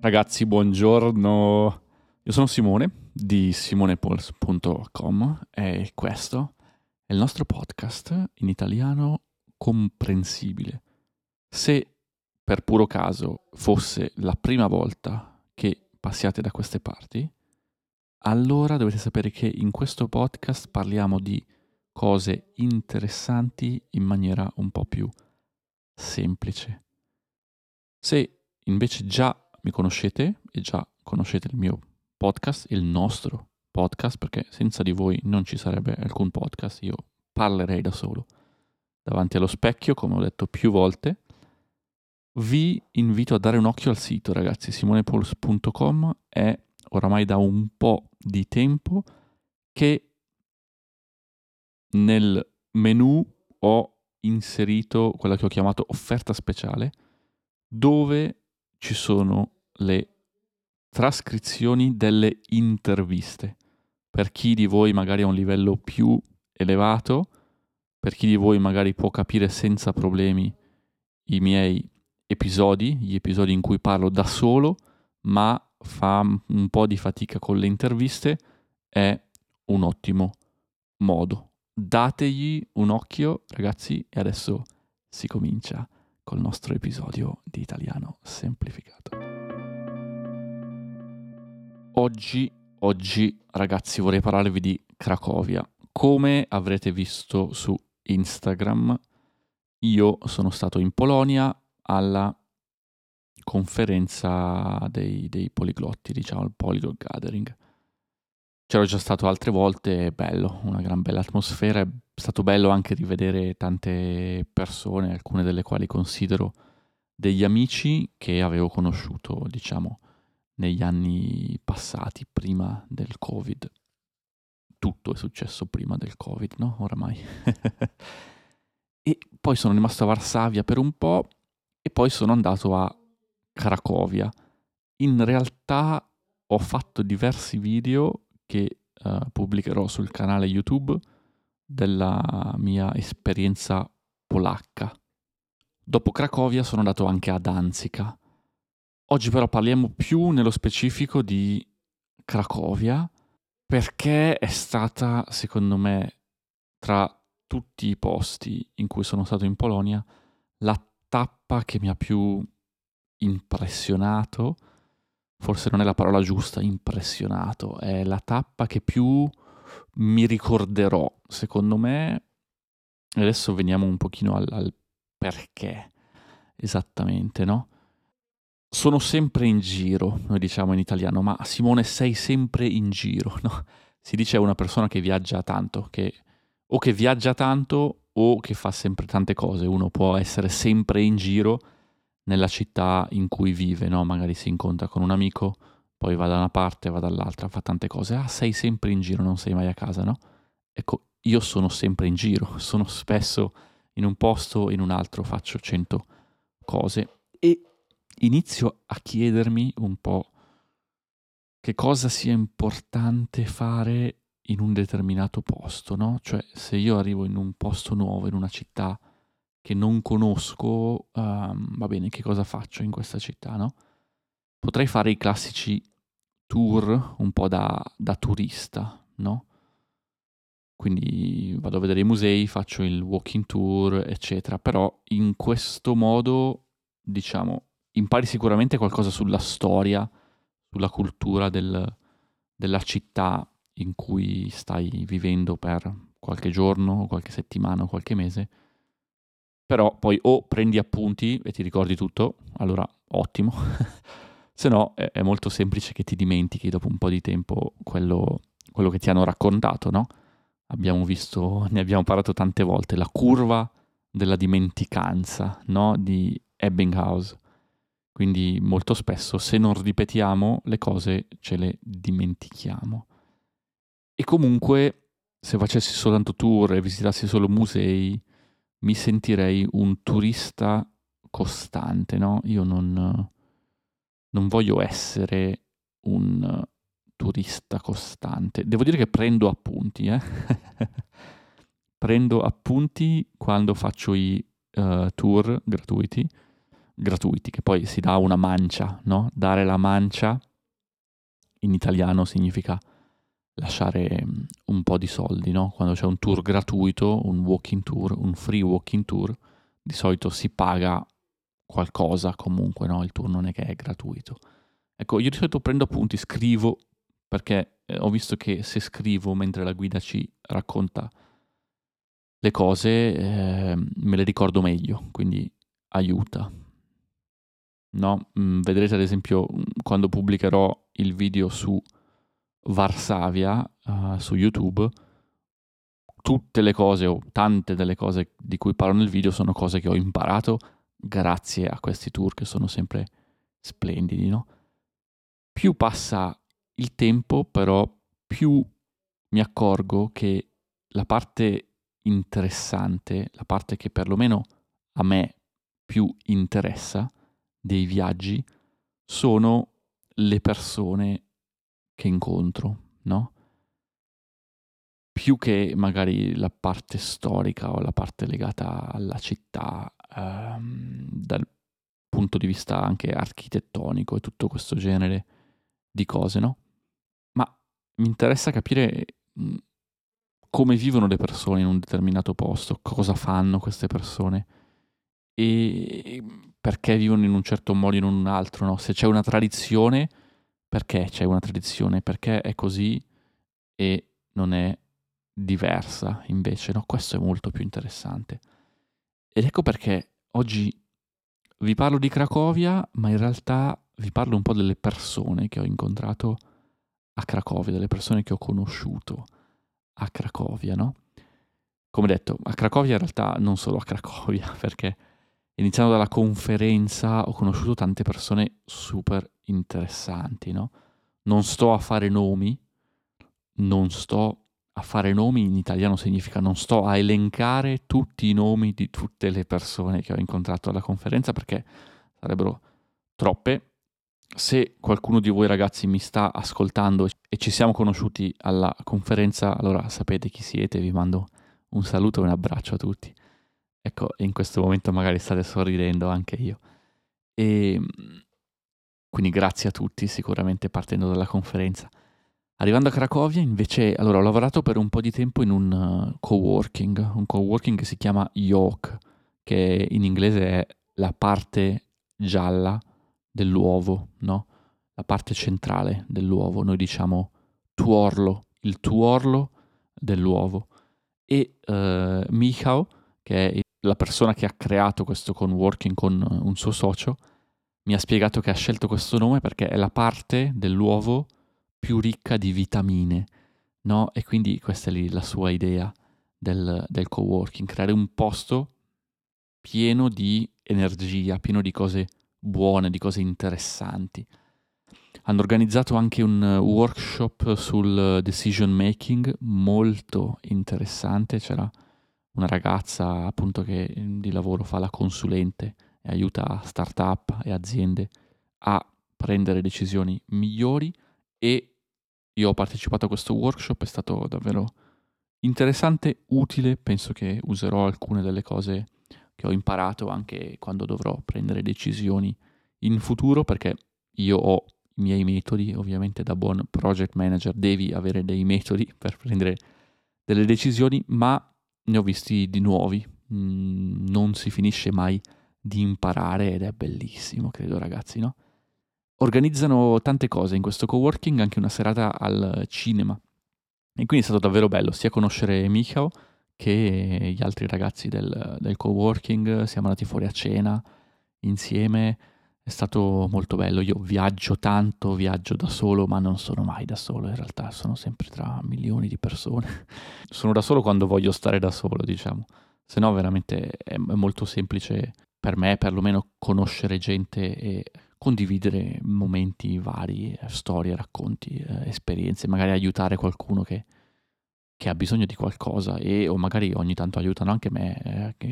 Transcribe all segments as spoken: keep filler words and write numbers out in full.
Ragazzi, buongiorno. Io sono Simone di simonepols punto com e questo è il nostro podcast in italiano comprensibile. Se per puro caso fosse la prima volta che passiate da queste parti, allora dovete sapere che in questo podcast parliamo di cose interessanti in maniera un po' più semplice. Se invece già mi conoscete e già conoscete il mio podcast, il nostro podcast, perché senza di voi non ci sarebbe alcun podcast, io parlerei da solo davanti allo specchio, come ho detto più volte, vi invito a dare un occhio al sito, ragazzi. simonepols punto com è oramai da un po' di tempo che nel menu ho inserito quella che ho chiamato offerta speciale, dove ci sono le trascrizioni delle interviste. Per chi di voi magari ha un livello più elevato, per chi di voi magari può capire senza problemi i miei episodi, gli episodi in cui parlo da solo, ma fa un po' di fatica con le interviste, è un ottimo modo. Dategli un occhio, ragazzi, e adesso si comincia col nostro episodio di Italiano Semplificato. Oggi, oggi, ragazzi, vorrei parlarvi di Cracovia. Come avrete visto su Instagram, io sono stato in Polonia alla conferenza dei, dei poliglotti, diciamo, il Polyglot Gathering. C'ero già stato altre volte, è bello, una gran bella atmosfera, è stato bello anche rivedere tante persone, alcune delle quali considero degli amici che avevo conosciuto, diciamo, negli anni passati, prima del Covid. Tutto è successo prima del Covid, no? Oramai. E poi sono rimasto a Varsavia per un po' e poi sono andato a Cracovia. In realtà ho fatto diversi video che uh, pubblicherò sul canale YouTube della mia esperienza polacca. Dopo Cracovia sono andato anche a Danzica. Oggi però parliamo più nello specifico di Cracovia, perché è stata, secondo me, tra tutti i posti in cui sono stato in Polonia, la tappa che mi ha più impressionato. Forse non è la parola giusta, impressionato, è la tappa che più mi ricorderò, secondo me. E adesso veniamo un pochino al, al perché, esattamente, no? Sono sempre in giro, noi diciamo in italiano, ma Simone sei sempre in giro, no? Si dice a una persona che viaggia tanto, che o che viaggia tanto o che fa sempre tante cose. Uno può essere sempre in giro nella città in cui vive, no? Magari si incontra con un amico, poi va da una parte, va dall'altra, fa tante cose. Ah, sei sempre in giro, non sei mai a casa, no? Ecco, io sono sempre in giro, sono spesso in un posto, in un altro, faccio cento cose e inizio a chiedermi un po' che cosa sia importante fare in un determinato posto, no? Cioè, se io arrivo in un posto nuovo, in una città che non conosco, um, va bene, che cosa faccio in questa città, no? Potrei fare i classici tour un po' da, da turista, no? Quindi vado a vedere i musei, faccio il walking tour, eccetera. Però in questo modo, diciamo, impari sicuramente qualcosa sulla storia, sulla cultura del, della città in cui stai vivendo per qualche giorno, qualche settimana o qualche mese. Però poi o prendi appunti e ti ricordi tutto, allora ottimo, se no è, è molto semplice che ti dimentichi dopo un po' di tempo quello, quello che ti hanno raccontato, no? Abbiamo visto, ne abbiamo parlato tante volte, la curva della dimenticanza, no? Di Ebbinghaus. Quindi molto spesso se non ripetiamo le cose ce le dimentichiamo. E comunque se facessi soltanto tour e visitassi solo musei, mi sentirei un turista costante, no? Io non, non voglio essere un turista costante. Devo dire che prendo appunti, eh? Prendo appunti quando faccio i uh, tour gratuiti, gratuiti, che poi si dà una mancia, no? Dare la mancia in italiano significa lasciare mm, un po' di soldi, no? Quando c'è un tour gratuito, un walking tour, un free walking tour, di solito si paga qualcosa comunque, no? Il tour non è che è gratuito. Ecco, io di solito prendo appunti, scrivo, perché eh, ho visto che se scrivo mentre la guida ci racconta le cose, eh, me le ricordo meglio, quindi aiuta. No? Mm, vedrete ad esempio mm, quando pubblicherò il video su Varsavia uh, su YouTube, tutte le cose o tante delle cose di cui parlo nel video sono cose che ho imparato grazie a questi tour che sono sempre splendidi, no? Più passa il tempo, però, più mi accorgo che la parte interessante, la parte che perlomeno a me più interessa dei viaggi, sono le persone che incontro, no? Più che magari la parte storica o la parte legata alla città, ehm, dal punto di vista anche architettonico e tutto questo genere di cose, no? Ma mi interessa capire mh, come vivono le persone in un determinato posto, cosa fanno queste persone e perché vivono in un certo modo e in un altro, no? Se c'è una tradizione, perché c'è una tradizione, perché è così e non è diversa invece, no? Questo è molto più interessante. Ed ecco perché oggi vi parlo di Cracovia, ma in realtà vi parlo un po' delle persone che ho incontrato a Cracovia, delle persone che ho conosciuto a Cracovia, no? Come detto, a Cracovia in realtà non solo a Cracovia, perché iniziando dalla conferenza ho conosciuto tante persone super interessanti, no? Non sto a fare nomi, non sto a fare nomi in italiano significa non sto a elencare tutti i nomi di tutte le persone che ho incontrato alla conferenza perché sarebbero troppe. Se qualcuno di voi ragazzi mi sta ascoltando e ci siamo conosciuti alla conferenza, allora sapete chi siete, vi mando un saluto e un abbraccio a tutti. Ecco, in questo momento magari state sorridendo anche io. E quindi grazie a tutti, sicuramente partendo dalla conferenza. Arrivando a Cracovia, invece, allora ho lavorato per un po' di tempo in un uh, coworking, un coworking che si chiama Yoke, che in inglese è la parte gialla dell'uovo, no? La parte centrale dell'uovo, noi diciamo tuorlo, il tuorlo dell'uovo. E uh, Michał, che è la persona che ha creato questo coworking con un suo socio, mi ha spiegato che ha scelto questo nome perché è la parte dell'uovo più ricca di vitamine, no? E quindi questa è lì la sua idea del, del coworking, creare un posto pieno di energia, pieno di cose buone, di cose interessanti. Hanno organizzato anche un workshop sul decision making molto interessante, c'era una ragazza appunto che di lavoro fa la consulente e aiuta start-up e aziende a prendere decisioni migliori e io ho partecipato a questo workshop, è stato davvero interessante, utile, penso che userò alcune delle cose che ho imparato anche quando dovrò prendere decisioni in futuro perché io ho i miei metodi, ovviamente da buon project manager devi avere dei metodi per prendere delle decisioni, ma ne ho visti di nuovi, mm, non si finisce mai di imparare ed è bellissimo, credo ragazzi, no? Organizzano tante cose in questo coworking, anche una serata al cinema. E quindi è stato davvero bello sia conoscere Michał che gli altri ragazzi del, del coworking. Siamo andati fuori a cena insieme, è stato molto bello. Io viaggio tanto, viaggio da solo, ma non sono mai da solo, in realtà sono sempre tra milioni di persone. Sono da solo quando voglio stare da solo, diciamo. Se no veramente è, è molto semplice per me, perlomeno, conoscere gente e condividere momenti vari, eh, storie, racconti, eh, esperienze, magari aiutare qualcuno che, che ha bisogno di qualcosa e o magari ogni tanto aiutano anche me eh, che,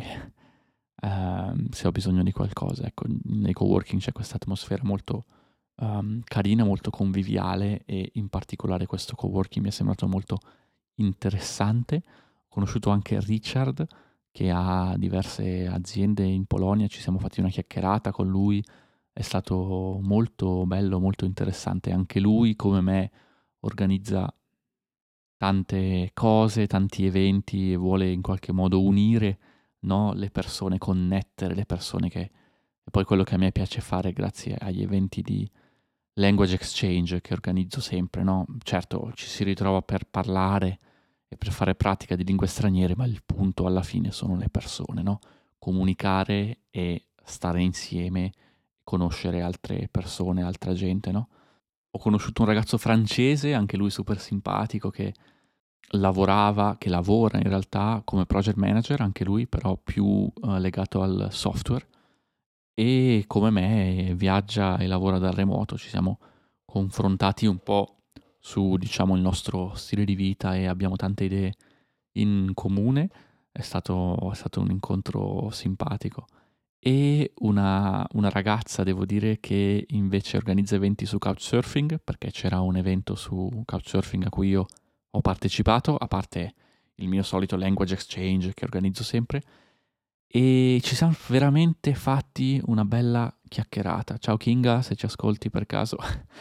ehm, se ho bisogno di qualcosa. Ecco, nei coworking c'è questa atmosfera molto ehm, carina, molto conviviale e in particolare questo coworking mi è sembrato molto interessante. Ho conosciuto anche Richard, che ha diverse aziende in Polonia, ci siamo fatti una chiacchierata con lui, è stato molto bello, molto interessante. Anche lui, come me, organizza tante cose, tanti eventi e vuole in qualche modo unire, no, le persone, connettere le persone, che è poi quello che a me piace fare grazie agli eventi di language exchange che organizzo sempre, no? Certo, ci si ritrova per parlare e per fare pratica di lingue straniere, ma il punto alla fine sono le persone, no? Comunicare e stare insieme, conoscere altre persone, altra gente, no? Ho conosciuto un ragazzo francese, anche lui super simpatico, che lavorava, che lavora in realtà come project manager, anche lui però più eh, legato al software, e come me viaggia e lavora da remoto. Ci siamo confrontati un po' su, diciamo, il nostro stile di vita e abbiamo tante idee in comune. È stato, è stato un incontro simpatico. E una, una ragazza, devo dire, che invece organizza eventi su Couchsurfing, perché c'era un evento su Couchsurfing a cui io ho partecipato, a parte il mio solito language exchange che organizzo sempre, e ci siamo veramente fatti una bella chiacchierata. Ciao Kinga, se ci ascolti per caso.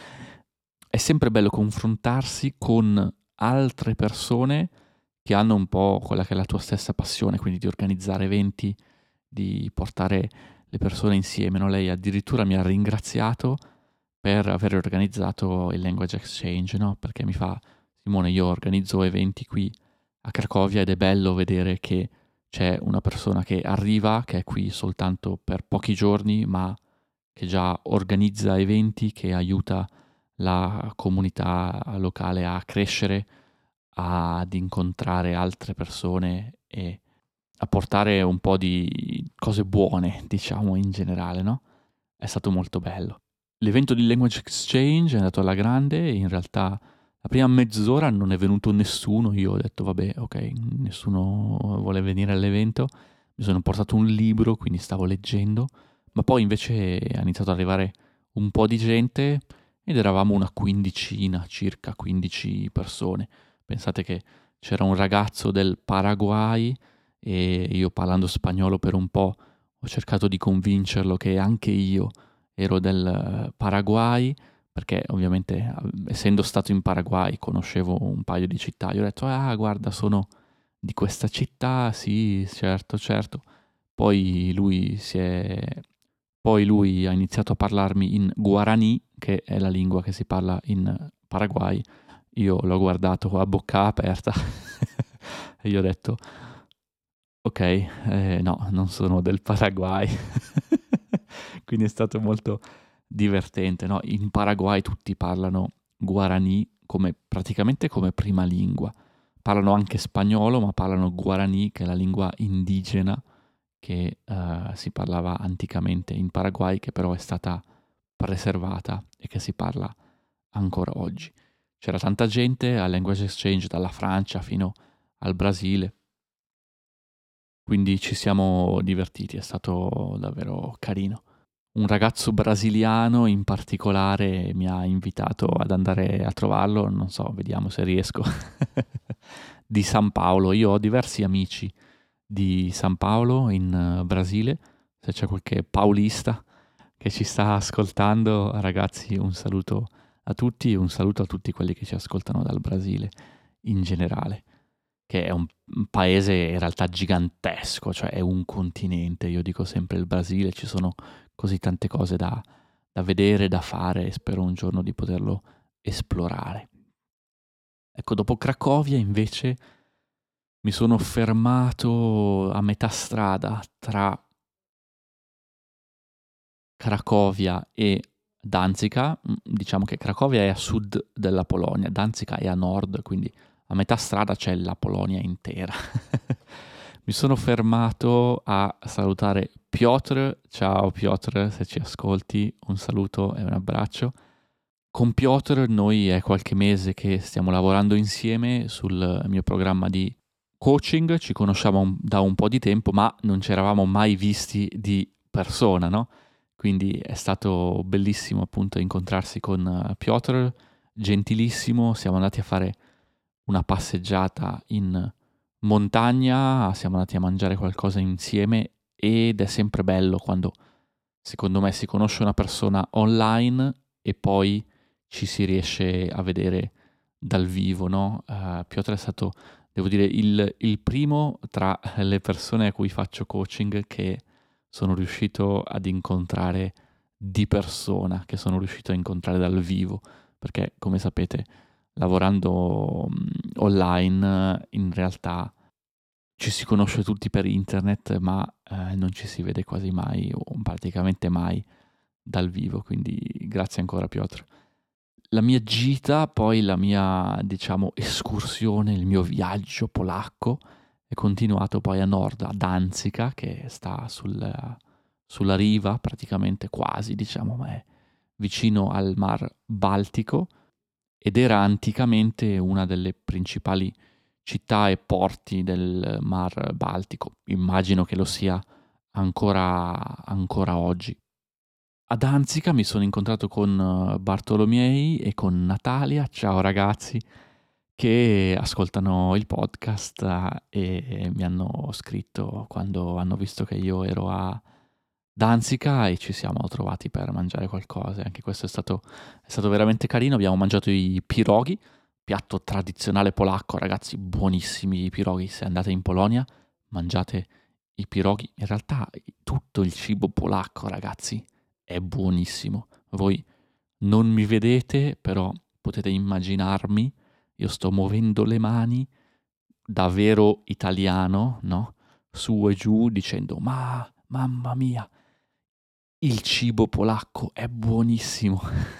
È sempre bello confrontarsi con altre persone che hanno un po' quella che è la tua stessa passione, quindi di organizzare eventi, di portare le persone insieme, no? Lei addirittura mi ha ringraziato per aver organizzato il language exchange, no? Perché mi fa: Simone, io organizzo eventi qui a Cracovia ed è bello vedere che c'è una persona che arriva, che è qui soltanto per pochi giorni, ma che già organizza eventi, che aiuta la comunità locale a crescere, ad incontrare altre persone e a portare un po' di cose buone, diciamo, in generale, no? È stato molto bello. L'evento di Language Exchange è andato alla grande e in realtà la prima mezz'ora non è venuto nessuno. Io ho detto vabbè, ok, nessuno vuole venire all'evento. Mi sono portato un libro, quindi stavo leggendo, ma poi invece è iniziato ad arrivare un po' di gente ed eravamo una quindicina, circa quindici persone. Pensate che c'era un ragazzo del Paraguay e io, parlando spagnolo per un po', ho cercato di convincerlo che anche io ero del eh, Paraguay, perché ovviamente eh, essendo stato in Paraguay conoscevo un paio di città. Io ho detto: ah, guarda, sono di questa città, sì, certo, certo. Poi lui si è... Poi lui ha iniziato a parlarmi in Guarani, che è la lingua che si parla in Paraguay. Io l'ho guardato a bocca aperta e gli ho detto: ok, eh, no, non sono del Paraguay. Quindi è stato molto divertente, no? In Paraguay tutti parlano Guarani come, praticamente come prima lingua. Parlano anche spagnolo, ma parlano Guarani, che è la lingua indigena che eh, si parlava anticamente in Paraguay, che però è stata preservata e che si parla ancora oggi. C'era tanta gente al Language Exchange, dalla Francia fino al Brasile, quindi ci siamo divertiti, è stato davvero carino. Un ragazzo brasiliano in particolare mi ha invitato ad andare a trovarlo, non so, vediamo se riesco, di San Paolo. Io ho diversi amici di San Paolo in eh, Brasile, se c'è qualche paulista che ci sta ascoltando, ragazzi, un saluto a tutti e un saluto a tutti quelli che ci ascoltano dal Brasile in generale, che è un un paese in realtà gigantesco, cioè è un continente. Io dico sempre il Brasile, ci sono così tante cose da, da vedere, da fare, e spero un giorno di poterlo esplorare. Ecco, dopo Cracovia invece mi sono fermato a metà strada tra Cracovia e Danzica. Mm, diciamo che Cracovia è a sud della Polonia, Danzica è a nord, quindi a metà strada c'è la Polonia intera. Mi sono fermato a salutare Piotr. Ciao Piotr, se ci ascolti, un saluto e un abbraccio. Con Piotr noi è qualche mese che stiamo lavorando insieme sul mio programma di coaching, ci conosciamo un- da un po' di tempo, ma non ci eravamo mai visti di persona, no? Quindi è stato bellissimo appunto incontrarsi con eh, Piotr, gentilissimo, siamo andati a fare una passeggiata in montagna, siamo andati a mangiare qualcosa insieme ed è sempre bello quando, secondo me, si conosce una persona online e poi ci si riesce a vedere dal vivo, no? Uh, Piotr è stato, devo dire, il, il primo tra le persone a cui faccio coaching che sono riuscito ad incontrare di persona, che sono riuscito a incontrare dal vivo, perché come sapete, lavorando mm, online, in realtà ci si conosce tutti per internet, ma eh, non ci si vede quasi mai o praticamente mai dal vivo, quindi grazie ancora Piotr. La mia gita, poi la mia, diciamo, escursione, il mio viaggio polacco è continuato poi a nord, a Danzica, che sta sul, sulla riva, praticamente quasi, diciamo, ma è vicino al Mar Baltico ed era anticamente una delle principali città e porti del Mar Baltico. Immagino che lo sia ancora, ancora oggi. A Danzica mi sono incontrato con eh, Bartolomiei e con Natalia, ciao ragazzi, che ascoltano il podcast eh, e mi hanno scritto quando hanno visto che io ero a Danzica e ci siamo trovati per mangiare qualcosa. Anche questo è stato, è stato veramente carino. Abbiamo mangiato i piroghi, piatto tradizionale polacco, ragazzi, buonissimi i piroghi. Se andate in Polonia, mangiate i piroghi. In realtà tutto il cibo polacco, ragazzi, è buonissimo. Voi non mi vedete, però potete immaginarmi. Io sto muovendo le mani da vero italiano, no? Su e giù dicendo: Ma mamma mia, il cibo polacco è buonissimo.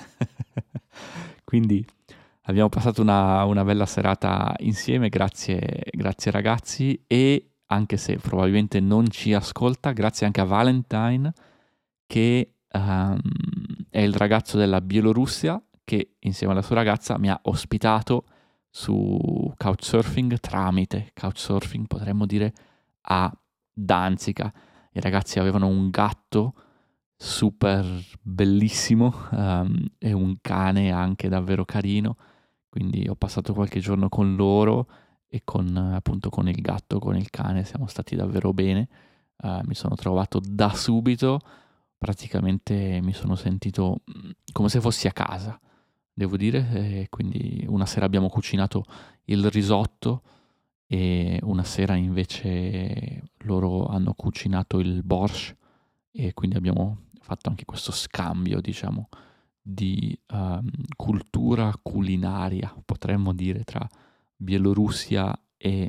Quindi abbiamo passato una, una bella serata insieme, grazie, grazie ragazzi, e anche se probabilmente non ci ascolta, grazie anche a Valentine che ehm, è il ragazzo della Bielorussia che insieme alla sua ragazza mi ha ospitato su Couchsurfing tramite Couchsurfing, potremmo dire, a Danzica. I ragazzi avevano un gatto super bellissimo ehm, e un cane anche davvero carino, quindi ho passato qualche giorno con loro e con appunto con il gatto, con il cane, siamo stati davvero bene. Eh, mi sono trovato da subito, praticamente mi sono sentito mm, come se fossi a casa, devo dire, e quindi una sera abbiamo cucinato il risotto e una sera invece loro hanno cucinato il borscht e quindi abbiamo fatto anche questo scambio, diciamo, di ehm, cultura culinaria, potremmo dire, tra Bielorussia e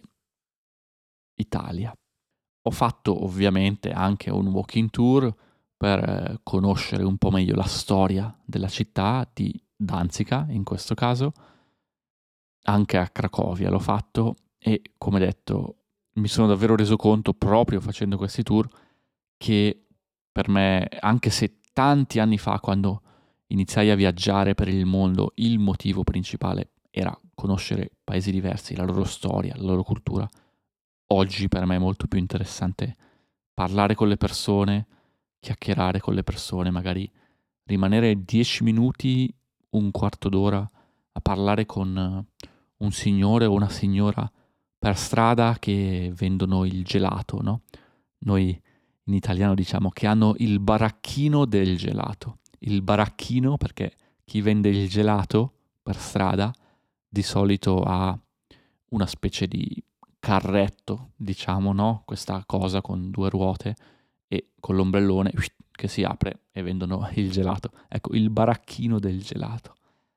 Italia. Ho fatto ovviamente anche un walking tour per eh, conoscere un po' meglio la storia della città di Danzica, in questo caso, anche a Cracovia l'ho fatto e, come detto, mi sono davvero reso conto proprio facendo questi tour che per me, anche se tanti anni fa, quando iniziai a viaggiare per il mondo, il motivo principale era conoscere paesi diversi, la loro storia, la loro cultura, oggi per me è molto più interessante parlare con le persone, chiacchierare con le persone, magari rimanere dieci minuti, un quarto d'ora a parlare con eh, un signore o una signora per strada che vendono il gelato, no? Noi in italiano diciamo che hanno il baracchino del gelato. Il baracchino perché chi vende il gelato per strada di solito ha una specie di carretto, diciamo, no? Questa cosa con due ruote e con l'ombrellone che si apre e vendono il gelato. Ecco, il baracchino del gelato.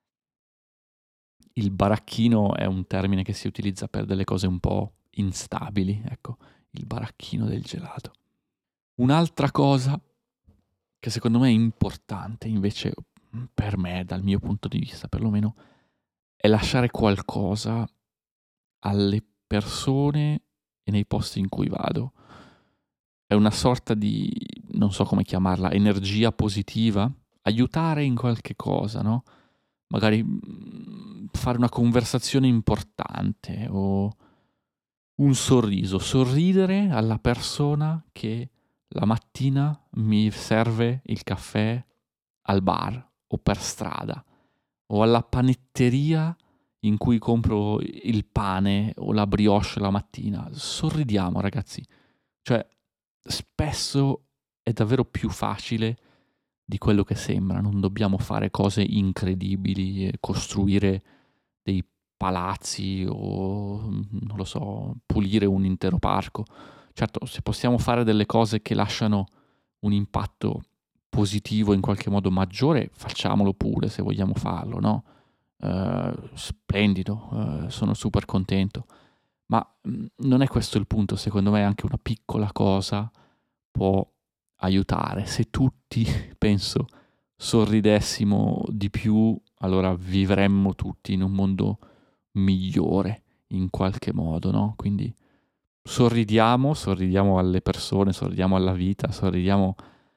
Il baracchino è un termine che si utilizza per delle cose un po' instabili, ecco, il baracchino del gelato. Un'altra cosa che secondo me è importante invece per me, dal mio punto di vista perlomeno, è lasciare qualcosa alle persone e nei posti in cui vado. È una sorta di, non so come chiamarla, energia positiva, aiutare in qualche cosa, no? Magari mm, fare una conversazione importante o un sorriso, sorridere alla persona che la mattina mi serve il caffè al bar o per strada o alla panetteria in cui compro il pane o la brioche la mattina. Sorridiamo, ragazzi. Cioè, spesso è davvero più facile di quello che sembra. Non dobbiamo fare cose incredibili e costruire dei palazzi o, non lo so, pulire un intero parco. Certo, se possiamo fare delle cose che lasciano un impatto positivo in qualche modo maggiore, facciamolo pure se vogliamo farlo, no? Uh, splendido, uh, sono super contento. Ma mh, non è questo il punto, secondo me anche una piccola cosa può aiutare. Se tutti, penso, sorridessimo di più, allora vivremmo tutti in un mondo migliore in qualche modo, no? Quindi sorridiamo, sorridiamo alle persone, sorridiamo alla vita, sorridiamo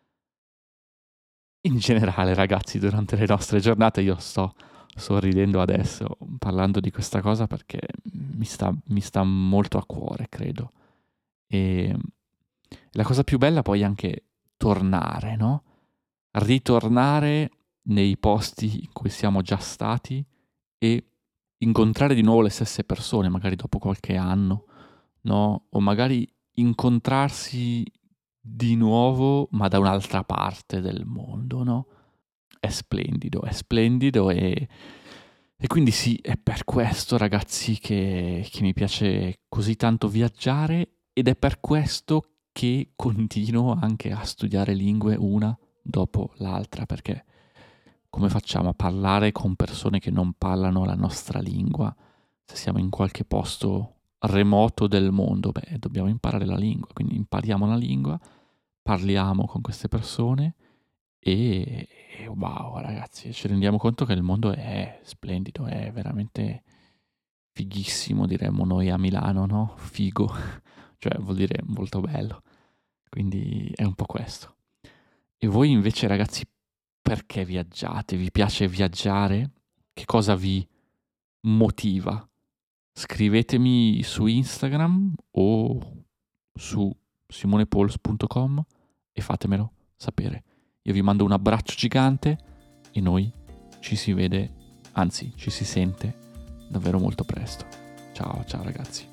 in generale, ragazzi, durante le nostre giornate. Io sto sorridendo adesso parlando di questa cosa perché mi sta, mi sta molto a cuore, credo. E la cosa più bella poi è anche tornare, no? Ritornare nei posti in cui siamo già stati e incontrare di nuovo le stesse persone, magari dopo qualche anno, no? O magari incontrarsi di nuovo, ma da un'altra parte del mondo, no? È splendido, è splendido e, e quindi sì, è per questo, ragazzi, che, che mi piace così tanto viaggiare ed è per questo che continuo anche a studiare lingue una dopo l'altra, perché come facciamo a parlare con persone che non parlano la nostra lingua se siamo in qualche posto remoto del mondo? Beh, dobbiamo imparare la lingua, quindi impariamo la lingua, parliamo con queste persone e, e wow, ragazzi, ci rendiamo conto che il mondo è splendido, è veramente fighissimo, diremmo noi a Milano, no? Figo, cioè vuol dire molto bello, quindi è un po' questo. E voi invece, ragazzi, perché viaggiate? Vi piace viaggiare? Che cosa vi motiva? Scrivetemi su Instagram o su simonepols punto com e fatemelo sapere. Io vi mando un abbraccio gigante e noi ci si vede, anzi ci si sente davvero molto presto. Ciao, ciao ragazzi.